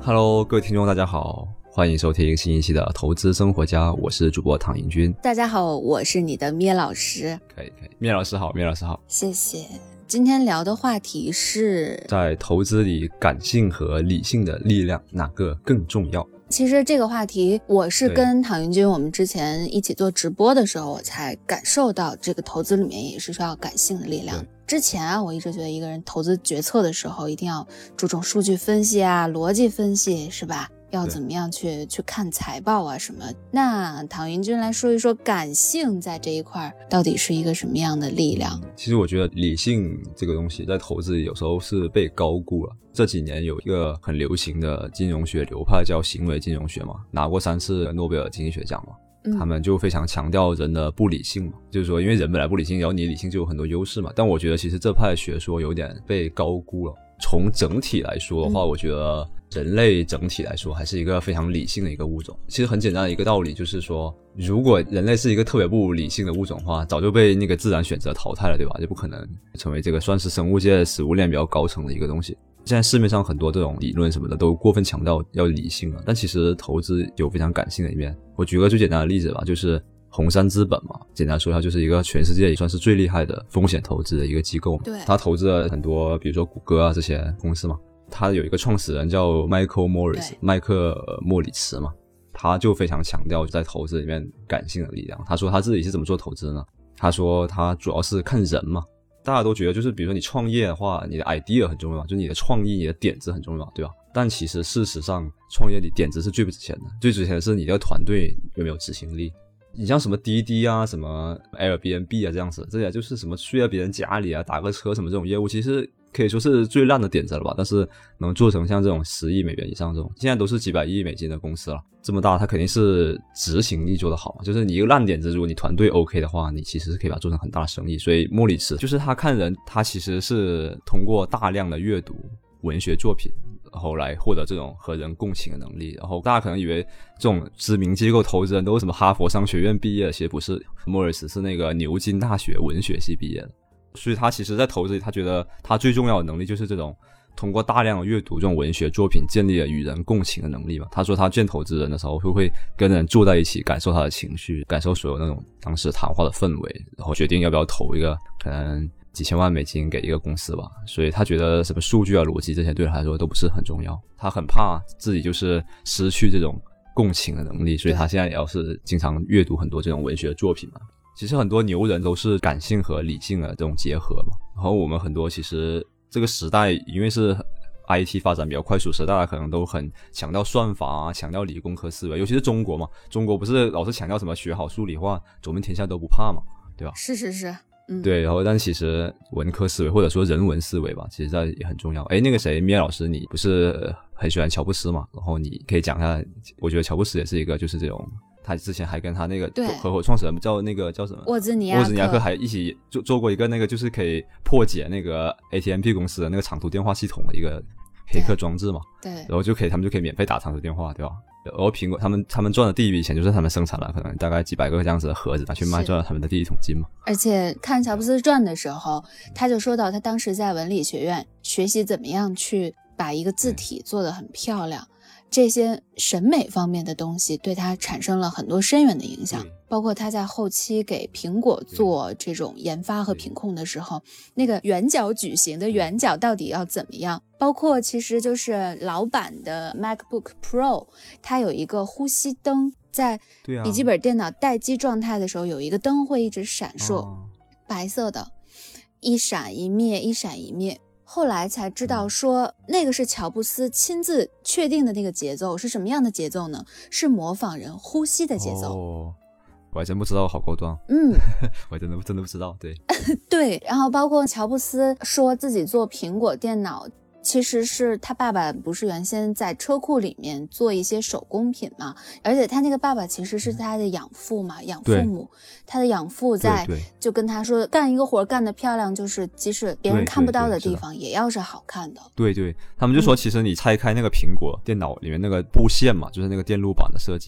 Hello， 各位听众大家好，欢迎收听新一期的投资生活家，我是主播唐盈军。 大家好，我是你的咩老师。 可以，咩老师好，咩老师好。 谢谢。今天聊的话题是在投资里，感性和理性的力量哪个更重要？ 其实这个话题我是跟唐云军我们之前一起做直播的时候，我才感受到这个投资里面也是需要感性的力量。之前我一直觉得一个人投资决策的时候一定要注重数据分析啊，逻辑分析，是吧？要怎么样去看财报啊什么。那唐云军来说一说感性在这一块到底是一个什么样的力量。 其实我觉得理性这个东西在投资里有时候是被高估了。这几年有一个很流行的金融学流派叫行为金融学嘛，拿过3次诺贝尔经济学奖嘛。他们就非常强调人的不理性嘛，就是说因为人本来不理性，然后你理性就有很多优势嘛。但我觉得其实这派学说有点被高估了。从整体来说的话，我觉得人类整体来说还是一个非常理性的一个物种。其实很简单的一个道理就是说，如果人类是一个特别不理性的物种的话，早就被那个自然选择淘汰了，对吧？就不可能成为这个算是生物界食物链比较高层的一个东西。现在市面上很多这种理论什么的都过分强调要理性了，但其实投资有非常感性的一面。我举个最简单的例子吧，就是红杉资本嘛，简单说一下，就是一个全世界也算是最厉害的风险投资的一个机构嘛。 对， 他投资了很多比如说谷歌啊这些公司嘛。他有一个创始人叫 Michael Morris， 麦克莫里茨嘛，他就非常强调在投资里面感性的力量。他说他自己是怎么做投资呢？他说他主要是看人嘛。大家都觉得就是比如说你创业的话，你的 idea 很重要，就是你的创意，你的点子很重要，对吧？但其实事实上创业里点子是最不值钱的，最值钱的是你的团队有没有执行力。你像什么滴滴啊，什么 Airbnb 啊这样子，这些就是什么睡在别人家里啊，打个车什么这种业务，其实可以说是最烂的点子了吧。但是能做成像这种10亿美元以上这种，现在都是几百亿美金的公司了，这么大，它肯定是执行力做得好嘛。就是你一个烂点子，如果你团队 OK 的话，你其实是可以把它做成很大的生意。所以莫里茨就是他看人，他其实是通过大量的阅读文学作品，然后来获得这种和人共情的能力。然后大家可能以为这种知名机构投资人都是什么哈佛商学院毕业的，其实不是，莫里茨是那个牛津大学文学系毕业的。所以他其实在投资里，他觉得他最重要的能力就是这种通过大量的阅读这种文学作品建立了与人共情的能力吧。他说他见投资人的时候会跟人坐在一起，感受他的情绪，感受所有那种当时谈话的氛围，然后决定要不要投一个可能几千万美金给一个公司吧。所以他觉得什么数据啊逻辑这些对他来说都不是很重要，他很怕自己就是失去这种共情的能力，所以他现在也要是经常阅读很多这种文学作品嘛。其实很多牛人都是感性和理性的这种结合嘛。然后我们很多其实这个时代因为是 IT 发展比较快速，大家可能都很强调算法啊，强调理工科思维，尤其是中国嘛，中国不是老是强调什么学好数理化走遍天下都不怕嘛，对吧？ 是对，然后但其实文科思维或者说人文思维吧，其实这也很重要。那个谁，咩老师，你不是很喜欢乔布斯嘛？然后你可以讲一下，我觉得乔布斯也是一个就是这种，他之前还跟他那个合伙创始人叫什么沃兹尼亚克还一起做过一个那个就是可以破解那个 AT&T 公司的那个长途电话系统的一个黑客装置嘛。 对， 然后他们就可以免费打长途电话，对吧？然后苹果他们赚的第一笔钱就是他们生产了可能大概几百个这样子的盒子拿去卖，赚了他们的第一桶金嘛。 而且看乔布斯传的时候，他就说到他当时在文理学院学习怎么样去把一个字体做得很漂亮，这些审美方面的东西对他产生了很多深远的影响。包括他在后期给苹果做这种研发和品控的时候，那个圆角矩形的圆角到底要怎么样，包括其实就是老版的 MacBook Pro 它有一个呼吸灯，在笔记本电脑待机状态的时候有一个灯会一直闪烁，白色的，一闪一灭一闪一灭。后来才知道说那个是乔布斯亲自确定的那个节奏是什么样的节奏呢？是模仿人呼吸的节奏。 我还真不知道，好高端。我还真的不知道。对对，然后包括乔布斯说自己做苹果电脑其实是他爸爸不是原先在车库里面做一些手工品嘛，而且他那个爸爸其实是他的养父嘛，养父母，他的养父在就跟他说干一个活干得漂亮，就是即使别人看不到的地方也要是好看的。 对对，他们就说其实你拆开那个苹果电脑里面那个布线嘛，就是那个电路板的设计嘛，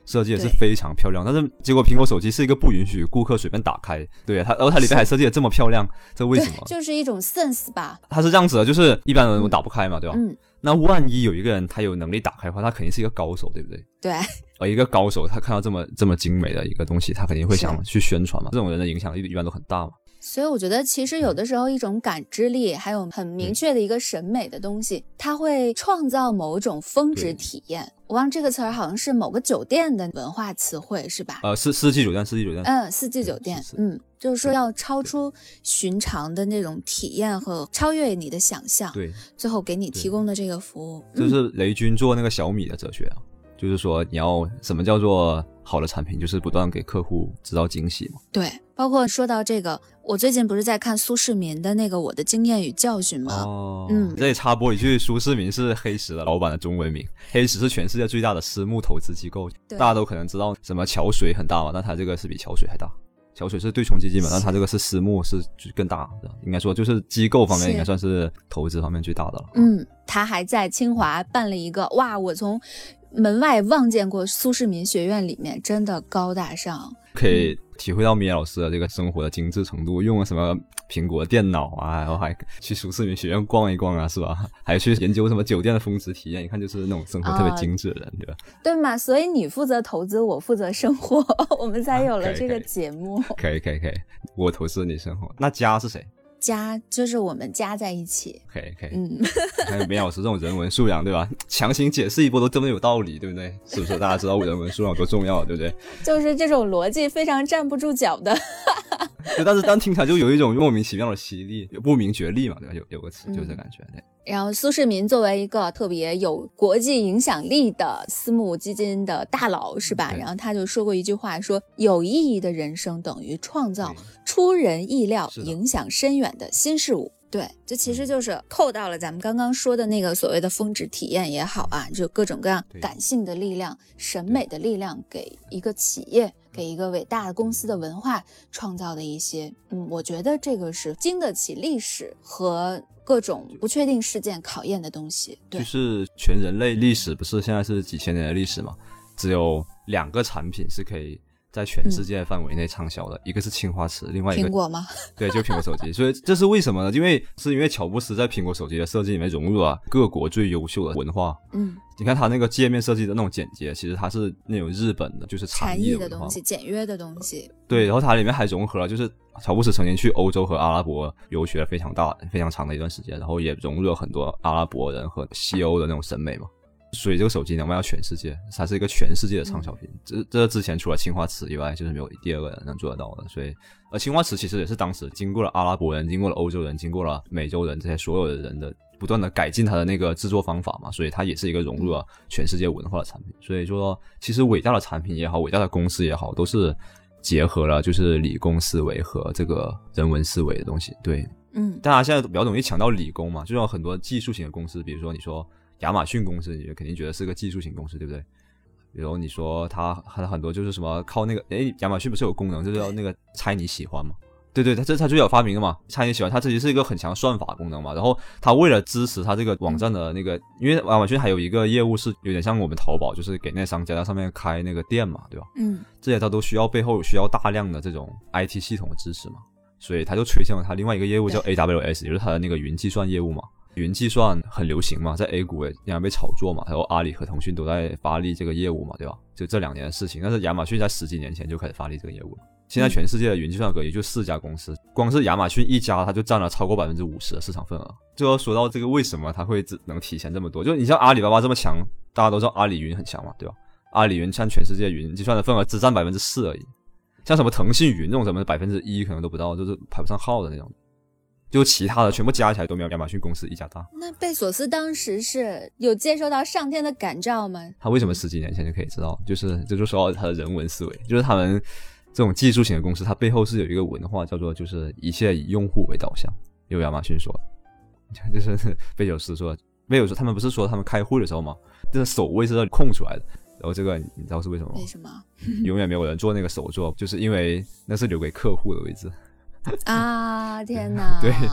设计也是非常漂亮，但是结果苹果手机是一个不允许顾客随便打开，对，然后它里面还设计得这么漂亮，这为什么？ 就是一种 sense 吧。 它是这样子的，就是一般人打不开嘛，对吧？那万一有一个人他有能力打开的话，他肯定是一个高手，对不对？ 对。 而一个高手他看到这么精美的一个东西，他肯定会想去宣传嘛，这种人的影响力一般都很大嘛。 所以我觉得其实有的时候一种感知力还有很明确的一个审美的东西，它会创造某种峰值体验。我忘了这个词儿好像是某个酒店的文化词汇是吧？ 四季酒店。四季酒店。就是说要超出寻常的那种体验和超越你的想象，对，最后给你提供的这个服务。 就是雷军做那个小米的哲学啊，就是说你要什么叫做好的产品，就是不断给客户制造惊喜嘛。 对，包括说到这个，我最近不是在看苏世民的那个《我的经验与教训》吗？ 这里插播一句，苏世民是黑石的老板的中文名，黑石是全世界最大的私募投资机构，大家都可能知道什么桥水很大嘛，但它这个是比桥水还大。桥水是对冲基金嘛，但它这个是私募，是更大的，应该说就是机构方面应该算是投资方面最大的了。 他还在清华办了一个，哇，我从门外望见过苏世民学院，里面真的高大上， 可以体会到米老师的这个生活的精致程度，用了什么苹果电脑啊，然后还去苏世民学院逛一逛啊，是吧？还去研究什么酒店的峰值体验，一看就是那种生活特别精致的人，对吧？ 对嘛，所以你负责投资，我负责生活，我们才有了这个节目。 可以，我投资你生活。那家是谁？ 家就是我们加在一起。 可以。还有米老师这种人文素养，对吧？强行解释一波都这么有道理，对不对？是不是？大家知道人文素养多重要，对不对？ 就是这种逻辑非常站不住脚的。 对，但是听起来就有一种莫名其妙的犀利，不明觉厉嘛，对吧？有个词就是这感觉，对。 然后苏世民作为一个特别有国际影响力的私募基金的大佬，是吧？然后他就说过一句话，说有意义的人生等于创造出人意料、影响深远的新事物。对，这其实就是扣到了咱们刚刚说的那个所谓的峰值体验也好啊，就各种各样感性的力量、审美的力量，给一个企业、给一个伟大的公司的文化创造的一些，我觉得这个是经得起历史和各种不确定事件考验的东西。对， 就是全人类历史不是现在是几千年的历史嘛，只有2个产品是可以在全世界范围内畅销的，一个是青花瓷，另外一个苹果吗？ 对，就苹果手机。所以这是为什么呢？因为乔布斯在苹果手机的设计里面融入了各国最优秀的文化。你看他那个界面设计的那种简洁，其实它是那种日本的，就是禅意的东西，简约的东西。 对，然后它里面还融合了，就是乔布斯曾经去欧洲和阿拉伯游学了非常长的一段时间，然后也融入了很多阿拉伯人和西欧的那种审美嘛。所以这个手机能卖到全世界，它是一个全世界的畅销品。这之前除了青花瓷以外，就是没有第二个人能做得到的。所以，青花瓷其实也是当时经过了阿拉伯人、经过了欧洲人、经过了美洲人这些所有的人的不断的改进它的那个制作方法嘛，所以它也是一个融入了全世界文化的产品。所以说，其实伟大的产品也好，伟大的公司也好，都是结合了就是理工思维和这个人文思维的东西。对，大家现在比较容易强调理工嘛，就像很多技术型的公司，比如说你说亚马逊公司，你肯定觉得是个技术型公司，对不对？比如你说它很多就是什么靠那个，亚马逊不是有功能就是要那个猜你喜欢嘛？对，它最早发明的嘛，猜你喜欢，它自己是一个很强的算法功能嘛。然后它为了支持它这个网站的那个，因为亚马逊还有一个业务是有点像我们淘宝，就是给那些商家在上面开那个店嘛，对吧？这些它都需要背后需要大量的这种 IT 系统的支持嘛，所以它就推向了它另外一个业务叫 AWS， 也就是它的那个云计算业务嘛。云计算很流行嘛，在 A 股也经常被炒作嘛，然后阿里和腾讯都在发力这个业务嘛，对吧？就这2年的事情，但是亚马逊在10几年前就开始发力这个业务了。现在全世界的云计算也就4家公司，光是亚马逊一家它就占了超过 50% 的市场份额。就要说到这个为什么它会能体现这么多，就你像阿里巴巴这么强，大家都知道阿里云很强嘛，对吧？阿里云占全世界云计算的份额只占 4% 而已，像什么腾讯云这种什么 1% 可能都不到，就是排不上号的那种。就其他的全部加起来都没有亚马逊公司一家大。 那贝索斯当时是有接受到上天的感召吗？ 他为什么10几年前就可以知道？这就说到他的人文思维，就是他们这种技术型的公司，它背后是有一个文化叫做就是一切以用户为导向。有亚马逊说，就是贝索斯说他们不是说他们开会的时候吗？这个手位是要空出来的。然后这个你知道是为什么吗？ 为什么？ 永远没有人做那个手座，就是因为那是留给客户的位置。 啊，天哪！ 对，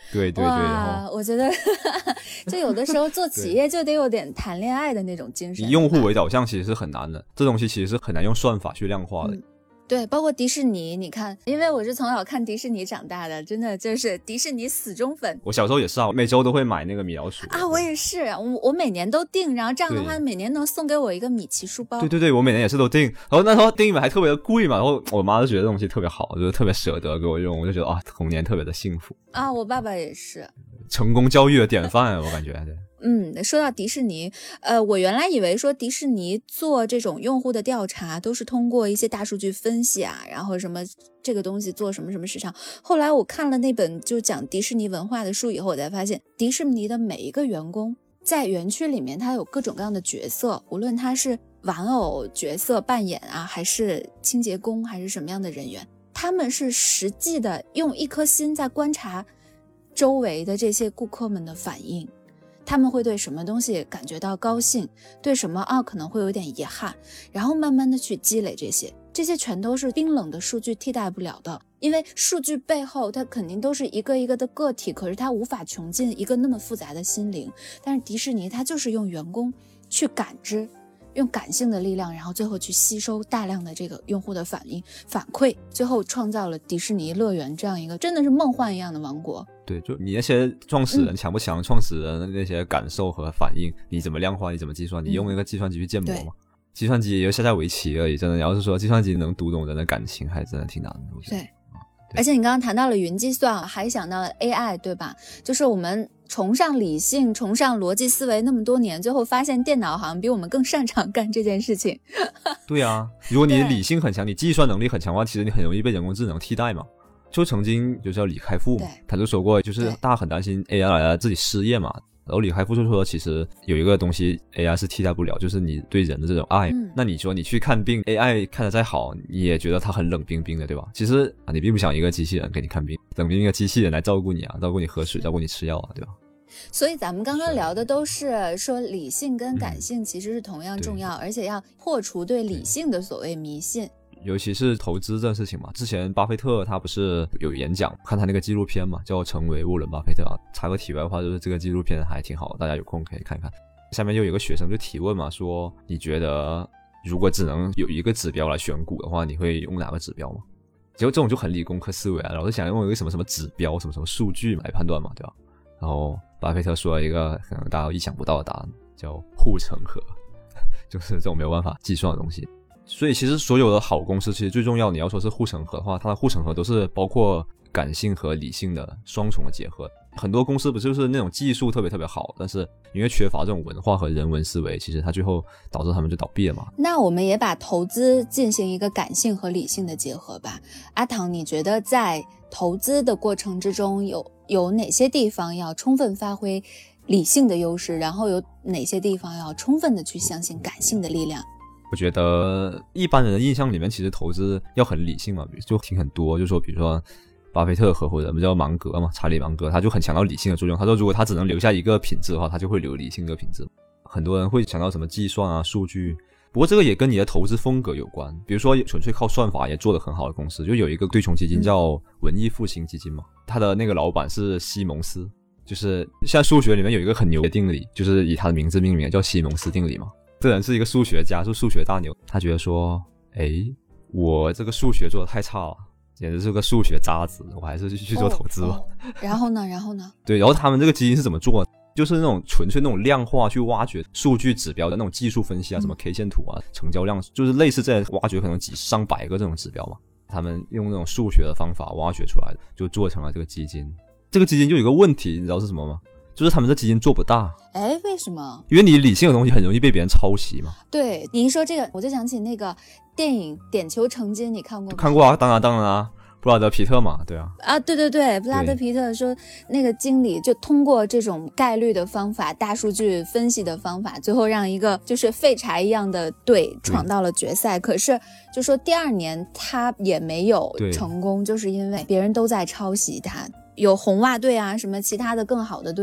对对对，然后我觉得就有的时候做企业就得有点谈恋爱的那种精神。 以用户为导向其实是很难的，这东西其实是很难用算法去量化的。 对，包括迪士尼，你看，因为我是从小看迪士尼长大的，真的就是迪士尼死忠粉。 我小时候也是啊，每周都会买那个米老鼠啊，我也是，我每年都订，然后这样的话每年能送给我一个米奇书包。 对对对，我每年也是都订，然后那时候订一本还特别的贵嘛，然后我妈就觉得这东西特别好，就是特别舍得给我用，我就觉得啊，童年特别的幸福啊。我爸爸也是成功教育的典范，我感觉。对。 说到迪士尼，我原来以为说迪士尼做这种用户的调查都是通过一些大数据分析啊，然后什么这个东西做什么什么市场。后来我看了那本就讲迪士尼文化的书以后，我才发现迪士尼的每一个员工在园区里面，他有各种各样的角色，无论他是玩偶角色扮演啊，还是清洁工，还是什么样的人员，他们是实际的用一颗心在观察周围的这些顾客们的反应。他们会对什么东西感觉到高兴，对什么可能会有点遗憾，然后慢慢的去积累这些全都是冰冷的数据替代不了的，因为数据背后它肯定都是一个一个的个体，可是它无法穷尽一个那么复杂的心灵。但是迪士尼它就是用员工去感知，用感性的力量，然后最后去吸收大量的这个用户的反应反馈，最后创造了迪士尼乐园这样一个真的是梦幻一样的王国。 对，就你那些创始人强不强，创始人的那些感受和反应，你怎么量化，你怎么计算，你用那个计算机去建模吗？计算机也就下围棋而已，真的。要是说计算机能读懂人的感情，还真的挺难的。 对，而且你刚刚谈到了云计算，还想到了 AI， 对吧？就是我们崇尚理性，崇尚逻辑思维那么多年，最后发现电脑好像比我们更擅长干这件事情。 对啊，如果你理性很强，你计算能力很强的话，其实你很容易被人工智能替代嘛。就曾经就叫李开复嘛，他就说过，就是大家很担心 AI 来了自己失业嘛，然后李开复就说，其实有一个东西 AI 是替代不了，就是你对人的这种爱。那你说你去看病 AI 看得再好，你也觉得它很冷冰冰的，对吧？其实你并不想一个机器人给你看病，冷冰冰的机器人来照顾你啊，照顾你喝水，照顾你吃药啊，对吧？ 所以咱们刚刚聊的都是说理性跟感性其实是同样重要，而且要破除对理性的所谓迷信。 尤其是投资这事情嘛，之前巴菲特他不是有演讲，看他那个纪录片嘛，叫《成为沃伦巴菲特》啊。插个题外话，就是这个纪录片还挺好，大家有空可以看看。下面就有一个学生就提问嘛，说你觉得如果只能有一个指标来选股的话，你会用哪个指标吗？结果这种就很理工科思维啊，老是想用一个什么什么指标、什么什么数据来判断嘛，对吧？然后巴菲特说了一个可能大家意想不到的答案，叫护城河，就是这种没有办法计算的东西。所以其实所有的好公司，其实最重要，你要说是护城河的话，它的护城河都是包括感性和理性的双重的结合。很多公司不就是那种技术特别特别好，但是因为缺乏这种文化和人文思维，其实它最后导致他们就倒闭了嘛。 那我们也把投资进行一个感性和理性的结合吧。阿唐，你觉得在投资的过程之中有哪些地方要充分发挥理性的优势，然后有哪些地方要充分的去相信感性的力量？ 我觉得一般人的印象里面，其实投资要很理性嘛，就听很多，就说比如说巴菲特合伙人不叫芒格嘛，查理芒格，他就很强调理性的作用。他说如果他只能留下一个品质的话，他就会留理性的品质。很多人会想到什么计算啊、数据，不过这个也跟你的投资风格有关。比如说纯粹靠算法也做得很好的公司，就有一个对冲基金叫文艺复兴基金嘛，他的那个老板是西蒙斯，就是像数学里面有一个很牛的定理，就是以他的名字命名，叫西蒙斯定理嘛。这人是一个数学家，是数学大牛，他觉得说我这个数学做得太差了，简直是个数学渣子，我还是去做投资吧。 然后呢对，然后他们这个基金是怎么做的，就是那种纯粹那种量化去挖掘数据指标的那种技术分析啊，什么 K 线图啊、成交量，就是类似这挖掘可能几上百个这种指标嘛，他们用那种数学的方法挖掘出来的，就做成了这个基金。这个基金就有一个问题，你知道是什么吗？就是他们这基金做不大。 为什么？ 因为你理性的东西很容易被别人抄袭嘛。 对，你一说这个我就想起那个电影《点球成金》，你看过吗？ 看过啊，当然啊，布拉德皮特嘛，对啊。 对，布拉德皮特说那个经理就通过这种概率的方法、大数据分析的方法，最后让一个就是废柴一样的队闯到了决赛。可是就说第二年他也没有成功，就是因为别人都在抄袭他。有红袜队啊，什么其他的更好的队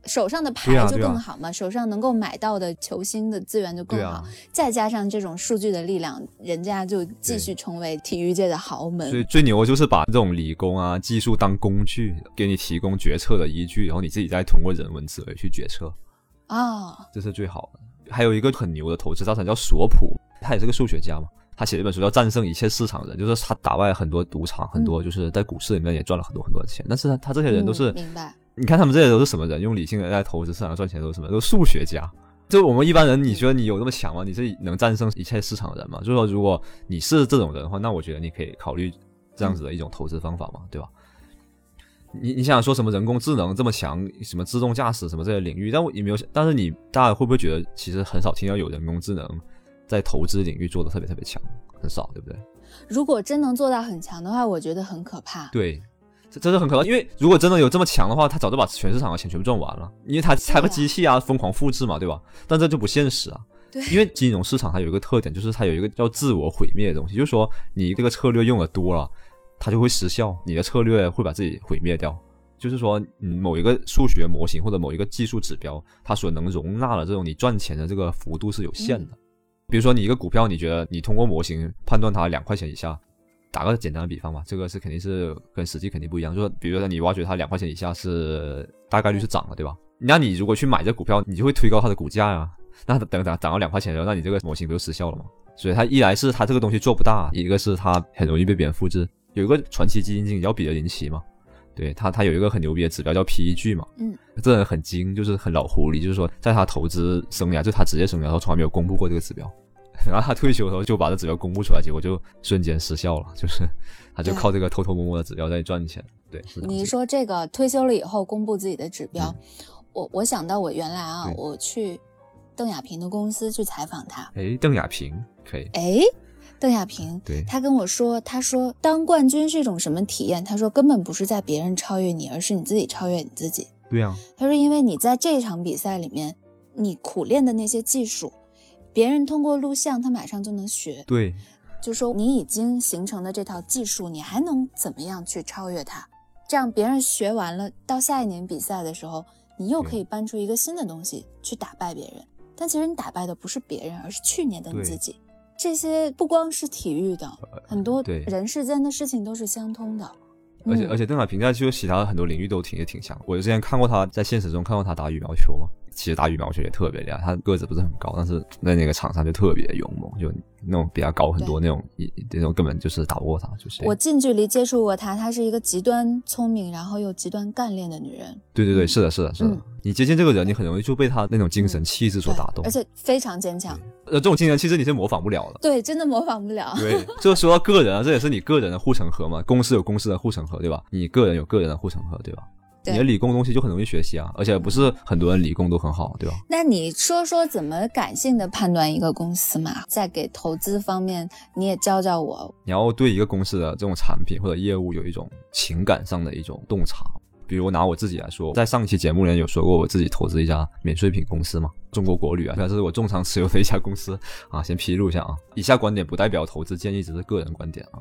手上的牌就更好嘛，手上能够买到的球星的资源就更好，再加上这种数据的力量，人家就继续成为体育界的豪门。 所以最牛的就是把这种理工啊技术当工具，给你提供决策的依据，然后你自己再通过人文思维去决策这是最好的。还有一个很牛的投资大神叫索普，他也是个数学家嘛，他写了一本书叫《战胜一切市场人》，就是他打败了很多赌场，很多就是在股市里面也赚了很多很多的钱，但是他这些人都是明白。 你看他们这些都是什么人？用理性的在投资市场赚钱都是什么？都是数学家。就我们一般人，你觉得你有那么强吗？你是能战胜一切市场的人吗？就是说，如果你是这种人的话，那我觉得你可以考虑这样子的一种投资方法嘛，对吧？你想说什么人工智能这么强，什么自动驾驶什么这些领域，但是大家会不会觉得其实很少听到有人工智能在投资领域做的特别特别强，很少，对不对？ 如果真能做到很强的话，我觉得很可怕。 对。这是很可怕，因为如果真的有这么强的话，他早就把全市场的钱全部赚完了，因为他拆个机器啊，疯狂复制嘛，对吧？但这就不现实啊。 对， 因为金融市场它有一个特点，就是它有一个叫自我毁灭的东西，就是说你这个策略用的多了，它就会失效，你的策略会把自己毁灭掉。就是说，某一个数学模型或者某一个技术指标，它所能容纳的这种你赚钱的这个幅度是有限的。比如说你一个股票，你觉得你通过模型判断它2块钱以下。打个简单的比方吧，这个是肯定是跟实际肯定不一样，就是比如说你挖掘它2块钱以下是大概率是涨的，对吧？那你如果去买这股票，你就会推高它的股价呀，那等涨到2块钱的时候，那你这个模型不就失效了吗？所以它一来是它这个东西做不大，一个是它很容易被别人复制。有一个传奇基金经理叫彼得林奇嘛，对，他有一个很牛逼的指标叫 PEG 嘛，这人很精，就是很老狐狸，就是说在他投资生涯，就他职业生涯的时候从来没有公布过这个指标。然后他退休的时候就把这指标公布出来，结果就瞬间失效了，就是他就靠这个偷偷摸摸的指标在赚钱。对， 你说这个退休了以后公布自己的指标，我想到我原来我去邓亚萍的公司去采访他。 邓亚萍可以。 邓亚萍， 对， 他跟我说，他说当冠军是一种什么体验？他说根本不是在别人超越你，而是你自己超越你自己。 对啊， 他说因为你在这场比赛里面，你苦练的那些技术。别人通过录像他马上就能学， 对， 就说你已经形成的这套技术，你还能怎么样去超越它？这样别人学完了，到下一年比赛的时候，你又可以搬出一个新的东西去打败别人。但其实你打败的不是别人，而是去年的你自己。这些不光是体育的，很多人世间的事情都是相通的。 而且邓亚萍在就其他很多领域都也挺强。我之前看过他在现实中看过他打羽毛球嘛，其实打羽毛球也特别厉害，他个子不是很高，但是在那个场上就特别勇猛，就那种比他高很多那种根本就是打不过他。就是我近距离接触过他，她是一个极端聪明然后又极端干练的女人。 对，是的。你接近这个人，你很容易就被他那种精神气质所打动， 而且非常坚强。 这种精神气质你是模仿不了的。 对，真的模仿不了。 对，就说到个人啊，这也是你个人的护城河嘛。公司有公司的护城河，对吧？你个人有个人的护城河，对吧？你的理工东西就很容易学习啊，而且不是很多人理工都很好，对吧？ 那你说怎么感性的判断一个公司嘛？在给投资方面，你也教教我。 你要对一个公司的这种产品或者业务有一种情感上的一种洞察。比如拿我自己来说，在上一期节目里面有说过我自己投资一家免税品公司嘛，中国国旅啊，这是我重仓持有的一家公司啊，先披露一下啊。以下观点不代表投资建议，只是个人观点啊，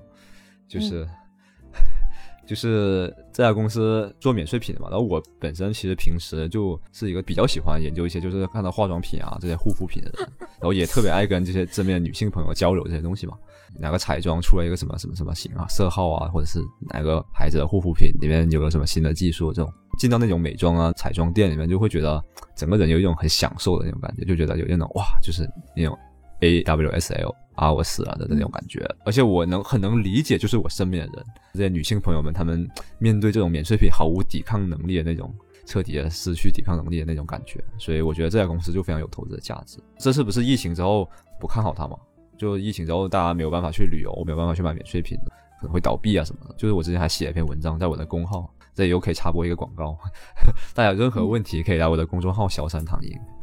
就是这家公司做免税品的嘛，然后我本身其实平时就是一个比较喜欢研究一些就是看到化妆品啊这些护肤品的人，然后也特别爱跟这些正面女性朋友交流这些东西嘛。哪个彩妆出了一个什么型啊色号啊，或者是哪个牌子的护肤品里面有了什么新的技术，这种进到那种美妆啊彩妆店里面，就会觉得整个人有一种很享受的那种感觉，就觉得有那种哇，就是那种 AWSL 啊我死了的那种感觉。而且我很能理解就是我身边的人这些女性朋友们，她们面对这种免税品毫无抵抗能力的那种，彻底的失去抵抗能力的那种感觉，所以我觉得这家公司就非常有投资的价值。这是不是疫情之后不看好它吗？就疫情之后大家没有办法去旅游，没有办法去买免税品，可能会倒闭啊什么的。就是我之前还写了一篇文章在我的公号，这里又可以插播一个广告大家有任何问题可以来我的公众号小山躺赢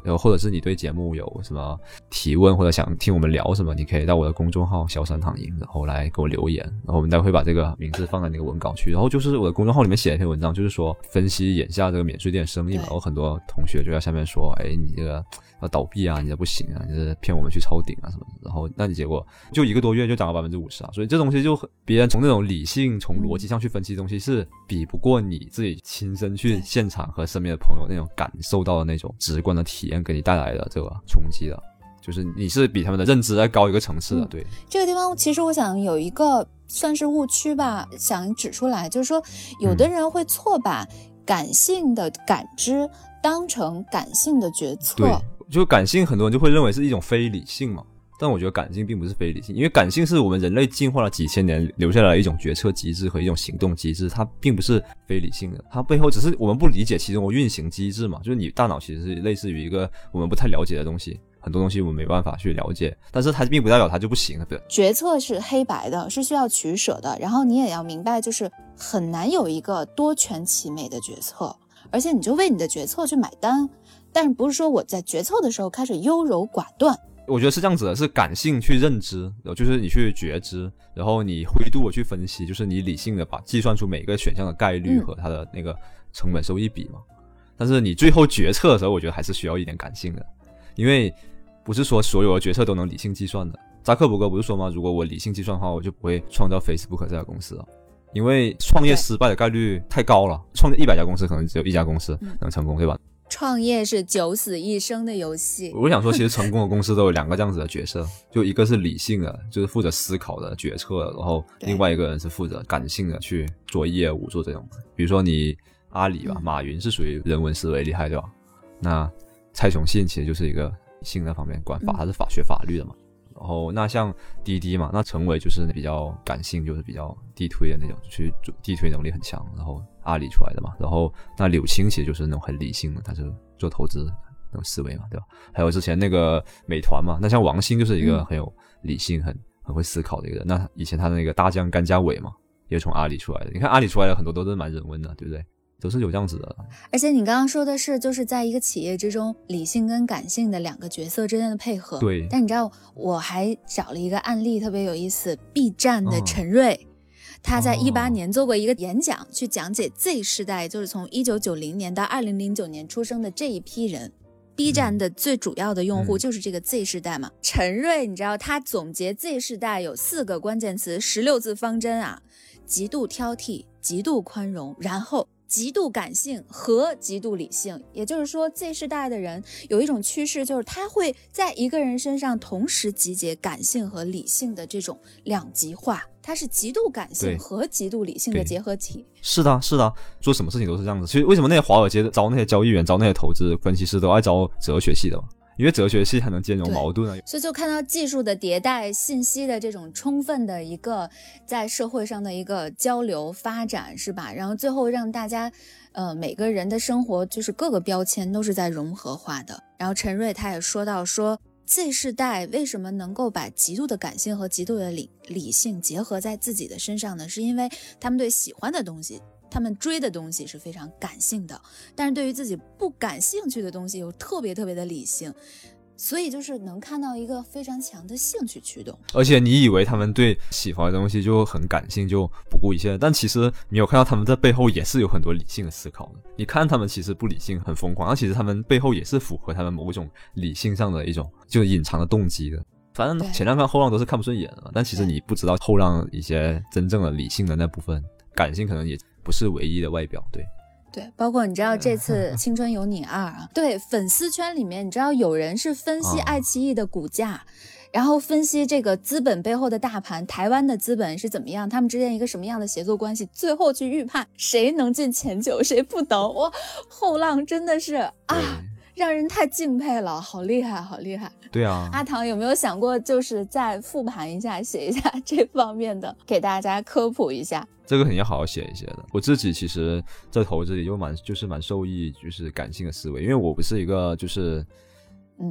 然后或者是你对节目有什么提问或者想听我们聊什么，你可以到我的公众号小山躺赢，然后来给我留言，然后我们待会把这个名字放在那个文稿去。然后就是我的公众号里面写了一篇文章，就是说分析眼下这个免税店生意嘛，然后很多同学就在下面说，你这个要倒闭啊，你这不行啊，你这骗我们去抄底啊什么的。然后那你结果就1个多月就涨了 50% 啊，所以这东西就别人从那种理性从逻辑上去分析的东西是比不过你自己亲身去现场和身边的朋友那种感受到的那种直观的体验给你带来的这个冲击的，就是你是比他们的认知再高一个层次的。对， 这个地方其实我想有一个算是误区吧，想指出来，就是说有的人会错把感性的感知当成感性的决策。 对，就感性很多人就会认为是一种非理性嘛，但我觉得感性并不是非理性，因为感性是我们人类进化了几千年留下来的一种决策机制和一种行动机制，它并不是非理性的，它背后只是我们不理解其中的运行机制嘛，就是你大脑其实是类似于一个我们不太了解的东西，很多东西我们没办法去了解，但是它并不代表它就不行。 决策是黑白的，是需要取舍的，然后你也要明白，就是很难有一个多全其美的决策，而且你就为你的决策去买单，但是不是说我在决策的时候开始优柔寡断。 我觉得是这样子的，是感性去认知，就是你去觉知，然后你灰度的去分析，就是你理性的把计算出每个选项的概率和它的那个成本收益比嘛。但是你最后决策的时候，我觉得还是需要一点感性的，因为不是说所有的决策都能理性计算的。扎克伯格不是说吗？如果我理性计算的话，我就不会创造 Facebook 这家公司了，因为创业失败的概率太高了，创业100家公司可能只有1家公司能成功，对吧？ 创业是九死一生的游戏。 我想说其实成功的公司都有2个这样子的角色，就一个是理性的，就是负责思考的决策，然后另外一个人是负责感性的去做业务，做这种，比如说你阿里吧，马云是属于人文思维厉害，对吧？那蔡崇信其实就是一个理性的方面管法，他是学法律的嘛。然后那像滴滴嘛，那陈伟就是比较感性，就是比较地推的那种，去地推能力很强，然后阿里出来的嘛。然后那柳青其实就是那种很理性的，他是做投资那种思维嘛，对吧？还有之前那个美团嘛，那像王兴就是一个很有理性、很会思考的一个人。那以前他的那个大将甘家伟嘛，也是从阿里出来的。你看阿里出来的很多都是蛮人文的，对不对？都是有这样子的。 而且你刚刚说的是就是在一个企业之中理性跟感性的2个角色之间的配合。 对， 但你知道我还找了一个案例特别有意思， B 站的陈瑞，他在18年做过一个演讲，去讲解 Z 世代，就是从1990年到2009年出生的这一批人。B 站的最主要的用户就是这个 Z 世代嘛。陈瑞你知道他总结 Z 世代有4个关键词，16字方针啊：极度挑剔，极度宽容，然后极度感性和极度理性。也就是说 Z 世代的人有一种趋势，就是他会在一个人身上同时集结感性和理性的这种2极化，它是极度感性和极度理性的结合体。 是的，是的，做什么事情都是这样子。其实为什么那些华尔街招那些交易员、招那些投资分析师都爱招哲学系的嘛？因为哲学系才能兼容矛盾啊。 所以就看到技术的迭代，信息的这种充分的一个在社会上的一个交流发展，是吧？然后最后让大家每个人的生活就是各个标签都是在融合化的。然后陈瑞他也说到说 Z 世代为什么能够把极度的感性和极度的理性结合在自己的身上呢？是因为他们对喜欢的东西，他们追的东西是非常感性的，但是对于自己不感兴趣的东西又特别特别的理性，所以就是能看到一个非常强的兴趣驱动。 而且你以为他们对喜欢的东西就很感性，就不顾一切，但其实你有看到他们在背后也是有很多理性的思考的。你看他们其实不理性很疯狂，但其实他们背后也是符合他们某种理性上的一种就隐藏的动机的。反正前浪看后浪都是看不顺眼的，但其实你不知道后浪一些真正的理性的那部分，感性可能也不是唯一的外表。 对，包括你知道这次青春有你2啊，对，粉丝圈里面你知道有人是分析爱奇艺的股价，然后分析这个资本背后的大盘，台湾的资本是怎么样，他们之间一个什么样的协作关系，最后去预判谁能进前9谁不能。哇，后浪真的是让人太敬佩了，好厉害好厉害。 对啊， 阿唐有没有想过就是再复盘一下，写一下这方面的，给大家科普一下？ 这个肯定要好好写一写的。我自己其实在投资里就蛮受益就是感性的思维，因为我不是一个就是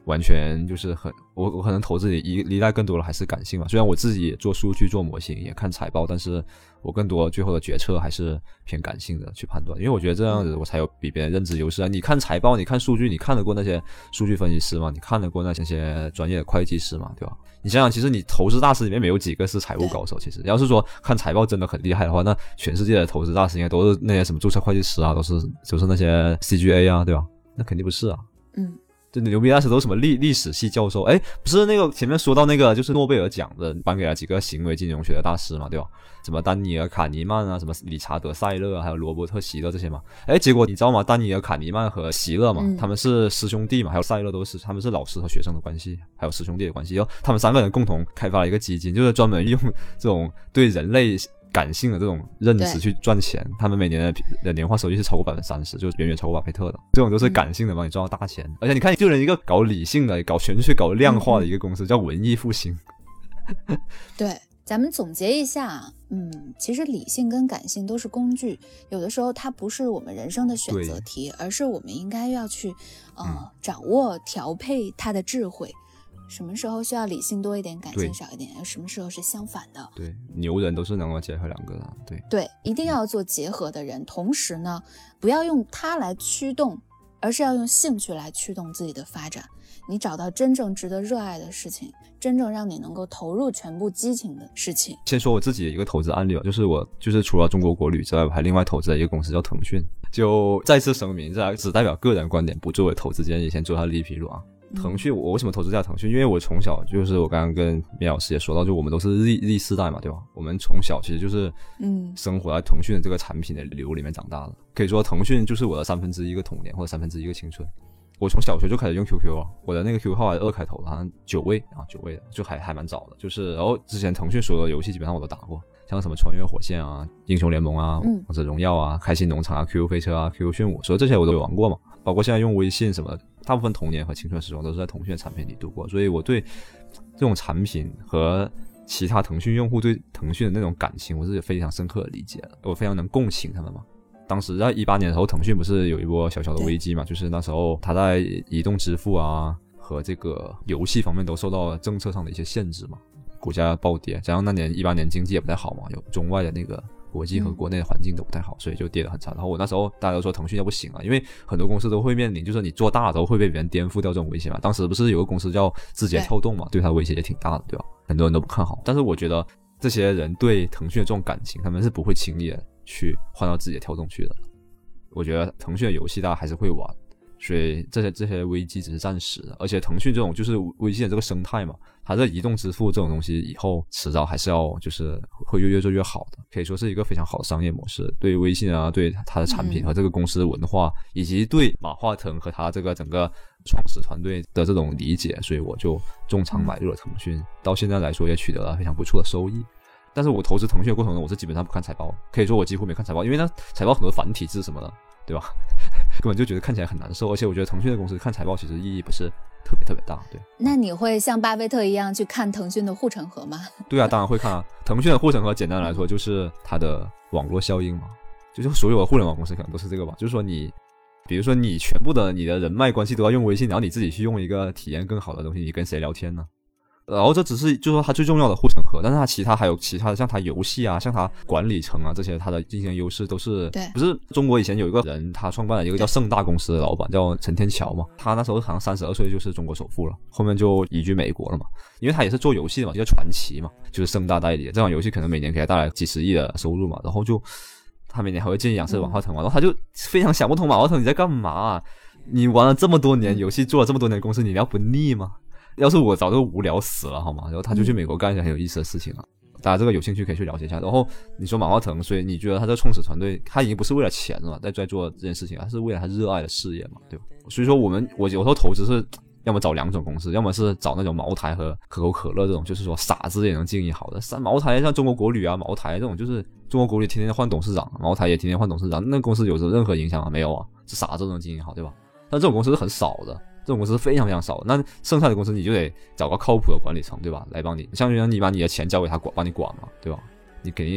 完全就是我可能投资里依赖更多的还是感性吧。虽然我自己也做数据做模型也看财报，但是我更多最后的决策还是偏感性的去判断，因为我觉得这样子我才有比别人认知优势啊。你看财报你看数据，你看得过那些数据分析师吗？你看得过那些专业的会计师吗？对吧？你想想，其实你投资大师里面没有几个是财务高手，其实要是说看财报真的很厉害的话，那全世界的投资大师应该都是那些什么注册会计师啊，都是那些 CGA 啊，对吧？那肯定不是啊。这牛逼大师都是什么历史系教授？不是那个前面说到那个就是诺贝尔奖的颁给了几个行为金融学的大师嘛，对吧？什么丹尼尔卡尼曼啊，什么理查德塞勒啊，还有罗伯特席勒这些嘛。结果你知道吗？丹尼尔卡尼曼和席勒嘛，他们是师兄弟嘛，还有塞勒都是，他们是老师和学生的关系，还有师兄弟的关系。然后他们3个人共同开发了一个基金，就是专门用这种对人类感性的这种认识去赚钱，他们每年的年化收益是超过 30%， 就是远远超过巴菲特的。这种都是感性的帮你赚到大钱。而且你看，就连一个搞理性的搞全去搞量化的一个公司叫文艺复兴。 对，咱们总结一下，其实理性跟感性都是工具，有的时候它不是我们人生的选择题，而是我们应该要去掌握调配它的智慧。什么时候需要理性多一点，感性少一点，什么时候是相反的。 对，牛人都是能够结合2个的。 对，一定要做结合的人，同时呢，不要用它来驱动，而是要用兴趣来驱动自己的发展。你找到真正值得热爱的事情，真正让你能够投入全部激情的事情。 先说我自己的一个投资案例吧，就是我除了中国国旅之外，我还另外投资了一个公司叫腾讯。就再次声明，这只代表个人观点，不作为投资建议，先做一下利益披露啊。腾讯，我为什么投资这家腾讯？因为我从小就是我刚刚跟米老师也说到，就我们都是历世代嘛，对吧？我们从小其实就是生活在腾讯的这个产品的流里面长大的，可以说腾讯就是我的1/3个童年或者1/3个青春。我从小学就开始用 QQ 啊，我的那个 QQ 号还是2开头的，好像9位的，就还蛮早的。就是然后之前腾讯所有的游戏基本上我都打过，像什么穿越火线啊、英雄联盟啊、或者荣耀啊、开心农场啊、QQ 飞车啊、QQ 炫舞，所以这些我都有玩过嘛。包括现在用微信什么的，大部分童年和青春时光都是在腾讯的产品里度过，所以我对这种产品和其他腾讯用户对腾讯的那种感情，我是非常深刻的理解的，我非常能共情他们嘛。当时在18年的时候，腾讯不是有一波小小的危机嘛，就是那时候它在移动支付啊和这个游戏方面都受到了政策上的一些限制嘛，股价暴跌，加上那年18年经济也不太好嘛，有中外的那个国际和国内的环境都不太好，所以就跌得很惨。然后我那时候大家都说腾讯要不行了，因为很多公司都会面临就是你做大了之后会被别人颠覆掉这种危险嘛。当时不是有个公司叫字节跳动嘛，对它的威胁也挺大的，对吧？很多人都不看好，但是我觉得这些人对腾讯的这种感情，他们是不会轻易的去换到字节跳动去的。我觉得腾讯的游戏大家还是会玩，所以这些危机只是暂时的。而且腾讯这种就是微信的这个生态嘛，它的移动支付这种东西以后迟早还是要就是会越做越好的，可以说是一个非常好的商业模式。对微信啊，对它的产品和这个公司的文化，以及对马化腾和他这个整个创始团队的这种理解，所以我就重仓买入了腾讯，到现在来说也取得了非常不错的收益。但是我投资腾讯的过程中，我是基本上不看财报，可以说我几乎没看财报，因为那财报很多繁体字什么的，对吧？根本就觉得看起来很难受，而且我觉得腾讯的公司看财报其实意义不是特别大，对。 那你会像巴菲特一样去看腾讯的护城河吗？ 对啊，当然会看啊。腾讯的护城河简单来说就是它的网络效应嘛，就是所有的互联网公司可能都是这个吧，就是说你比如说你全部的你的人脉关系都要用微信，然后你自己去用一个体验更好的东西，你跟谁聊天呢？然后这只是就是说它最重要的护城河，但是它还有其他的，像它游戏啊，像它管理层啊这些，它的竞争优势都是对。不是中国以前有一个人，他创办了一个叫盛大公司的老板叫陈天桥嘛，他那时候好像32岁就是中国首富了，后面就移居美国了嘛，因为他也是做游戏的嘛，叫传奇嘛，就是盛大代理的这款游戏可能每年给他带来几十亿的收入嘛，然后就他每年还会建议养设马化腾嘛，然后他就非常想不通马化腾你在干嘛啊？你玩了这么多年游戏，做了这么多年公司，你要不腻吗？要是我早就无聊死了好吗？然后他就去美国干一些很有意思的事情了，大家这个有兴趣可以去了解一下。然后你说马化腾，所以你觉得他这个创始团队他已经不是为了钱了在做这件事情，他是为了他热爱的事业嘛，对吧？所以说我有时候投资是要么找2种公司，要么是找那种茅台和可口可乐这种，就是说傻子也能经营好的。茅台像中国国旅啊，茅台这种就是中国国旅天天换董事长，茅台也天天换董事长，那公司有着任何影响吗？没有啊，这傻子都能经营好，对吧？但这种公司是很少的，这种公司是非常非常少的。那剩下的公司你就得找个靠谱的管理层，对吧？来帮你，像你把你的钱交给他帮你管嘛，对吧？你肯定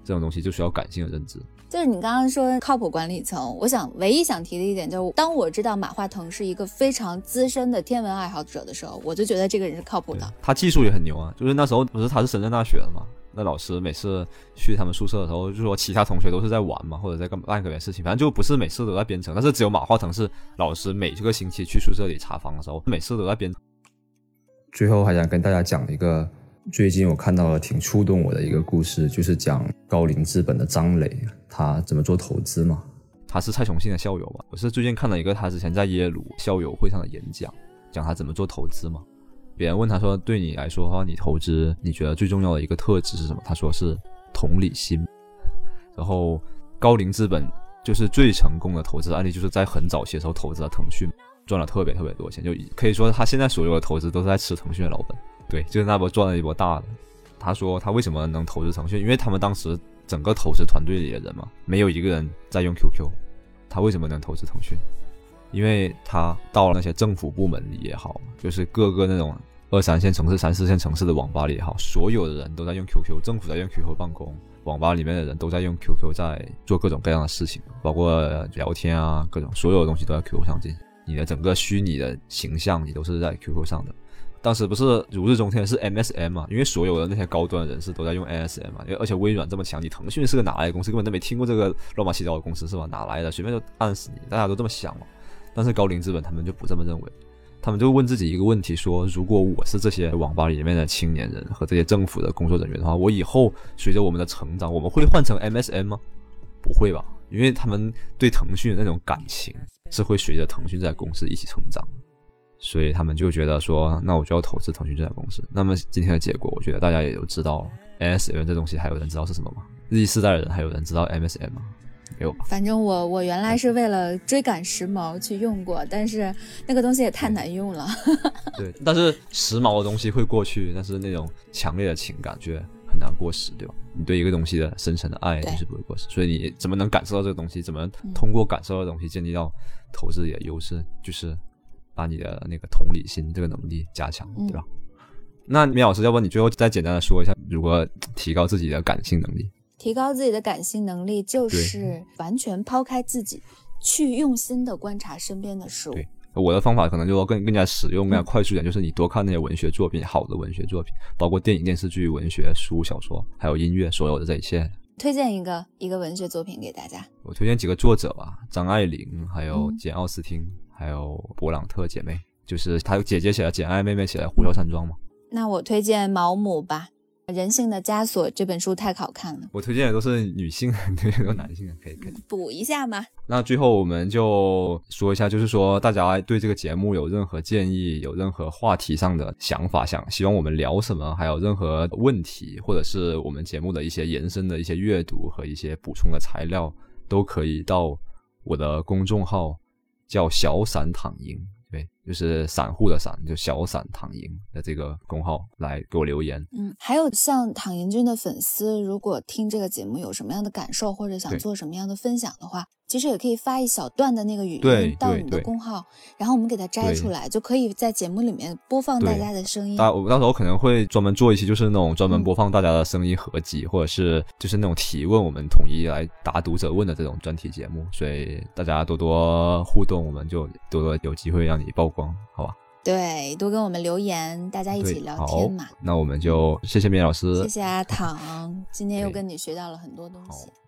这种东西就需要感性的认知。 就是你刚刚说靠谱管理层，我想唯一想提的一点就是，当我知道马化腾是一个非常资深的天文爱好者的时候，我就觉得这个人是靠谱的。 他技术也很牛啊，就是那时候不是他是深圳大学的嘛，那老师每次去他们宿舍的时候就说其他同学都是在玩嘛，或者在干别的事情，反正就不是每次都在编程，但是只有马化腾是老师每个星期去宿舍里查房的时候每次都在编程。 最后还想跟大家讲一个最近我看到了挺触动我的一个故事，就是讲高瓴资本的张磊他怎么做投资嘛。 他是蔡崇信的校友嘛，我是最近看了一个他之前在耶鲁校友会上的演讲，讲他怎么做投资嘛。别人问他说对你来说的话，你投资你觉得最重要的一个特质是什么，他说是同理心。然后高瓴资本就是最成功的投资案例，就是在很早期的时候投资了腾讯，赚了特别多钱，就可以说他现在所有的投资都是在吃腾讯的老本。对，就是那波赚了一波大的。他说他为什么能投资腾讯，因为他们当时整个投资团队里的人嘛，没有一个人在用 QQ。他为什么能投资腾讯？因为他到了那些政府部门里也好，就是各个那种2、3线城市、3、4线城市的网吧里也好，所有的人都在用 QQ， 政府在用 QQ 办公，网吧里面的人都在用 QQ 在做各种各样的事情，包括聊天啊，各种所有的东西都在 QQ 上进行。你的整个虚拟的形象你都是在 QQ 上的。当时不是如日中天的是 MSN 嘛，因为所有的那些高端人士都在用 MSN 嘛，而且微软这么强，你腾讯是个哪来的公司，根本都没听过这个乱七八糟的公司是吧？哪来的？随便就按死你，大家都这么想嘛。但是高瓴资本他们就不这么认为，他们就问自己一个问题，说如果我是这些网吧里面的青年人和这些政府的工作人员的话，我以后随着我们的成长，我们会换成 MSN 吗？不会吧，因为他们对腾讯的那种感情是会随着腾讯这家公司一起成长，所以他们就觉得说那我就要投资腾讯这家公司。那么今天的结果我觉得大家也都知道了， MSN 这东西还有人知道是什么吗？Z世代的人还有人知道 MSN 吗？没有吧。 反正我原来是为了追赶时髦去用过，但是那个东西也太难用了。 对，但是时髦的东西会过去，但是那种强烈的情感就很难过时，对吧？你对一个东西的深沉的爱你是不会过时，所以你怎么能感受到这个东西，怎么通过感受到的东西建立到投资里的优势，就是把你的那个同理心这个能力加强，对吧？那米老师，要不你最后再简单的说一下如何提高自己的感性能力？ 提高自己的感性能力就是完全抛开自己，去用心的观察身边的事物。 对，我的方法可能就更加实用、更加快速一点，就是你多看那些文学作品，好的文学作品，包括电影、电视剧、文学、书、小说，还有音乐，所有的这一切。 推荐一个文学作品给大家。 我推荐几个作者吧，张爱玲，还有简奥斯汀，还有勃朗特姐妹，就是她姐姐写的简爱，妹妹写的《呼啸山庄》嘛。 那我推荐毛姆吧，人性的枷锁这本书太好看了。 我推荐的都是女性的，推荐都是男性的，可以补一下嘛。 那最后我们就说一下，就是说大家对这个节目有任何建议，有任何话题上的想法，希望我们聊什么，还有任何问题，或者是我们节目的一些延伸的一些阅读和一些补充的材料，都可以到我的公众号叫小散躺赢，对，就是散户的散，就小散躺赢的这个公号来给我留言。 还有像躺赢君的粉丝，如果听这个节目有什么样的感受，或者想做什么样的分享的话，其实也可以发一小段的那个语音到我们的公号，然后我们给它摘出来，就可以在节目里面播放大家的声音。 我到时候可能会专门做一期，就是那种专门播放大家的声音合集，或者是就是那种提问，我们统一来答读者问的这种专题节目。所以大家多多互动，我们就多多有机会让你曝光，好吧？ 对，多跟我们留言，大家一起聊天嘛。 那我们就谢谢米老师， 谢谢阿唐，今天又跟你学到了很多东西。